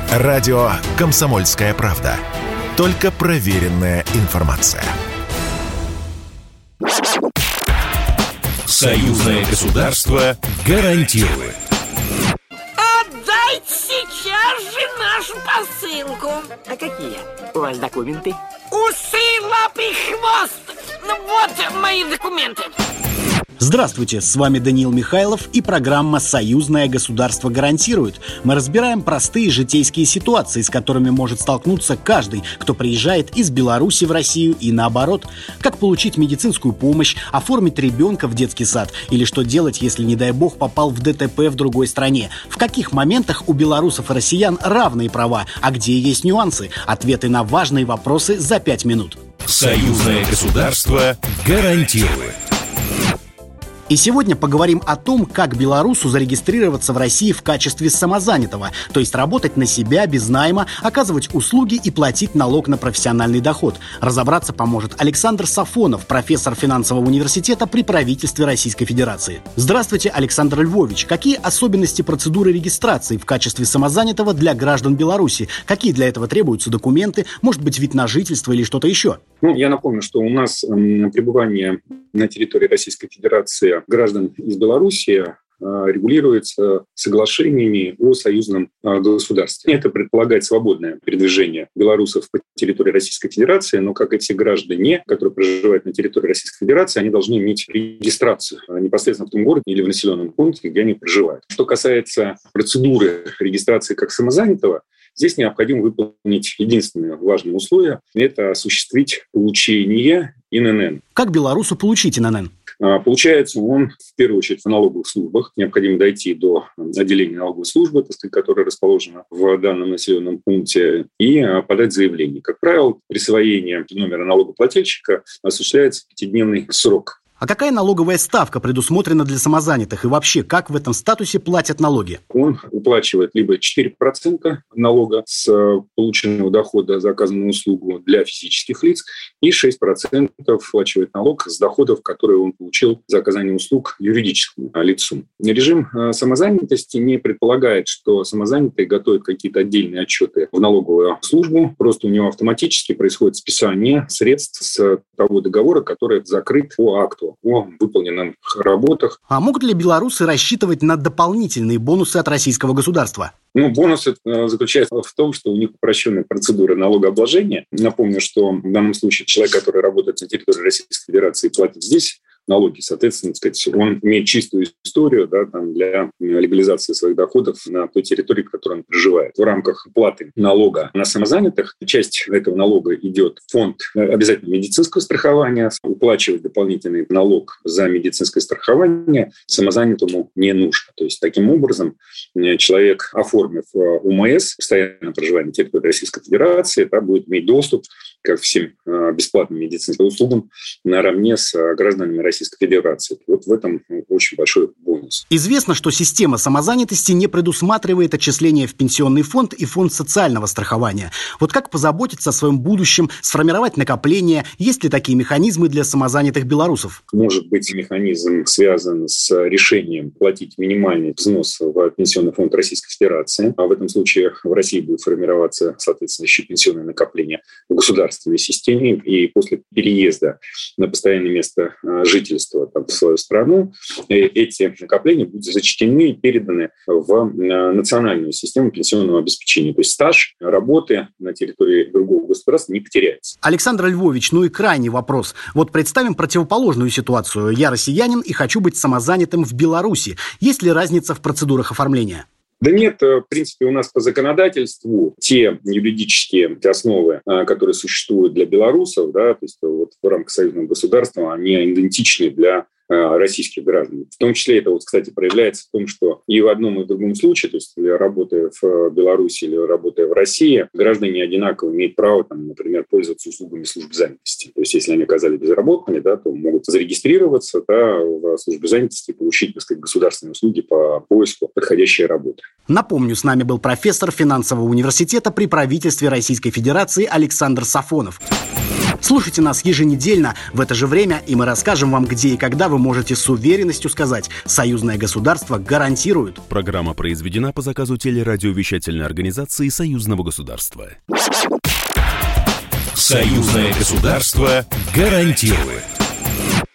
Радио «Комсомольская правда». Только проверенная информация. Союзное государство гарантирует. Отдайте сейчас же нашу посылку. А какие у вас документы? Усы, лапы, хвост. Ну вот мои документы. Здравствуйте, с вами Даниил Михайлов и программа «Союзное государство гарантирует». Мы разбираем простые житейские ситуации, с которыми может столкнуться каждый, кто приезжает из Беларуси в Россию и наоборот. Как получить медицинскую помощь, оформить ребенка в детский сад или что делать, если, не дай бог, попал в ДТП в другой стране. В каких моментах у белорусов и россиян равные права, а где есть нюансы? Ответы на важные вопросы за 5 минут. Союзное государство гарантирует. И сегодня поговорим о том, как белорусу зарегистрироваться в России в качестве самозанятого, то есть работать на себя без найма, оказывать услуги и платить налог на профессиональный доход. Разобраться поможет Александр Сафонов, профессор финансового университета при правительстве Российской Федерации. Здравствуйте, Александр Львович. Какие особенности процедуры регистрации в качестве самозанятого для граждан Беларуси? Какие для этого требуются документы? Может быть, вид на жительство или что-то еще? Я напомню, что у нас пребывание на территории Российской Федерации граждан из Беларуси регулируется соглашениями о союзном государстве. Это предполагает свободное передвижение белорусов по территории Российской Федерации, но, как и все граждане, которые проживают на территории Российской Федерации, они должны иметь регистрацию непосредственно в том городе или в населенном пункте, где они проживают. Что касается процедуры регистрации как самозанятого, здесь необходимо выполнить единственное важное условие – это осуществить получение ИНН. Как белорусу получить ИНН? Получается он, в первую очередь, в налоговых службах. Необходимо дойти до отделения налоговой службы, которое расположено в данном населенном пункте, и подать заявление. Как правило, присвоение номера налогоплательщика осуществляется в 5-дневный срок. А какая налоговая ставка предусмотрена для самозанятых? И вообще, как в этом статусе платят налоги? Он уплачивает либо 4% налога с полученного дохода за оказанную услугу для физических лиц, и 6% уплачивает налог с доходов, которые он получил за оказание услуг юридическому лицу. Режим самозанятости не предполагает, что самозанятый готовит какие-то отдельные отчеты в налоговую службу. Просто у него автоматически происходит списание средств с того договора, который закрыт по акту о выполненных работах. А могут ли белорусы рассчитывать на дополнительные бонусы от российского государства? Бонус заключается в том, что у них упрощенная процедура налогообложения. Напомню, что в данном случае человек, который работает на территории Российской Федерации, платит здесь налоги. Соответственно, он имеет чистую историю для легализации своих доходов на той территории, в которой он проживает. В рамках платы налога на самозанятых часть этого налога идет в фонд обязательного медицинского страхования. Уплачивать дополнительный налог за медицинское страхование самозанятому не нужно. То есть, таким образом, человек, оформив УМС, постоянно проживая на территории Российской Федерации, будет иметь доступ ко всем бесплатным медицинским услугам наравне с гражданами Российской Федерации. Вот в этом очень большой бонус. Известно, что система самозанятости не предусматривает отчисления в пенсионный фонд и фонд социального страхования. Вот как позаботиться о своем будущем, сформировать накопления? Есть ли такие механизмы для самозанятых белорусов? Может быть, механизм связан с решением платить минимальный взнос в пенсионный фонд Российской Федерации. А в этом случае в России будет формироваться, соответственно, еще пенсионное накопление в государственной системе. И после переезда на постоянное место жительства в свою страну эти накопления будут зачтены и переданы в национальную систему пенсионного обеспечения. То есть стаж работы на территории другого государства не потеряется. Александр Львович, и крайний вопрос. Вот представим противоположную ситуацию. Я россиянин и хочу быть самозанятым в Беларуси. Есть ли разница в процедурах оформления? Да нет, в принципе, у нас по законодательству те юридические основы, которые существуют для белорусов, то есть в рамках союзного государства, они идентичны для российских граждан. В том числе это, кстати, проявляется в том, что и в одном, и в другом случае, то есть работая в Беларуси или работая в России, граждане одинаково имеют право, например, пользоваться услугами службы занятости. То есть если они оказались безработными, то могут зарегистрироваться в службе занятости и получить, государственные услуги по поиску подходящей работы. Напомню, с нами был профессор финансового университета при правительстве Российской Федерации Александр Сафонов. Слушайте нас еженедельно в это же время, и мы расскажем вам, где и когда вы можете с уверенностью сказать: союзное государство гарантирует. Программа произведена по заказу телерадиовещательной организации Союзного государства. Союзное государство гарантирует.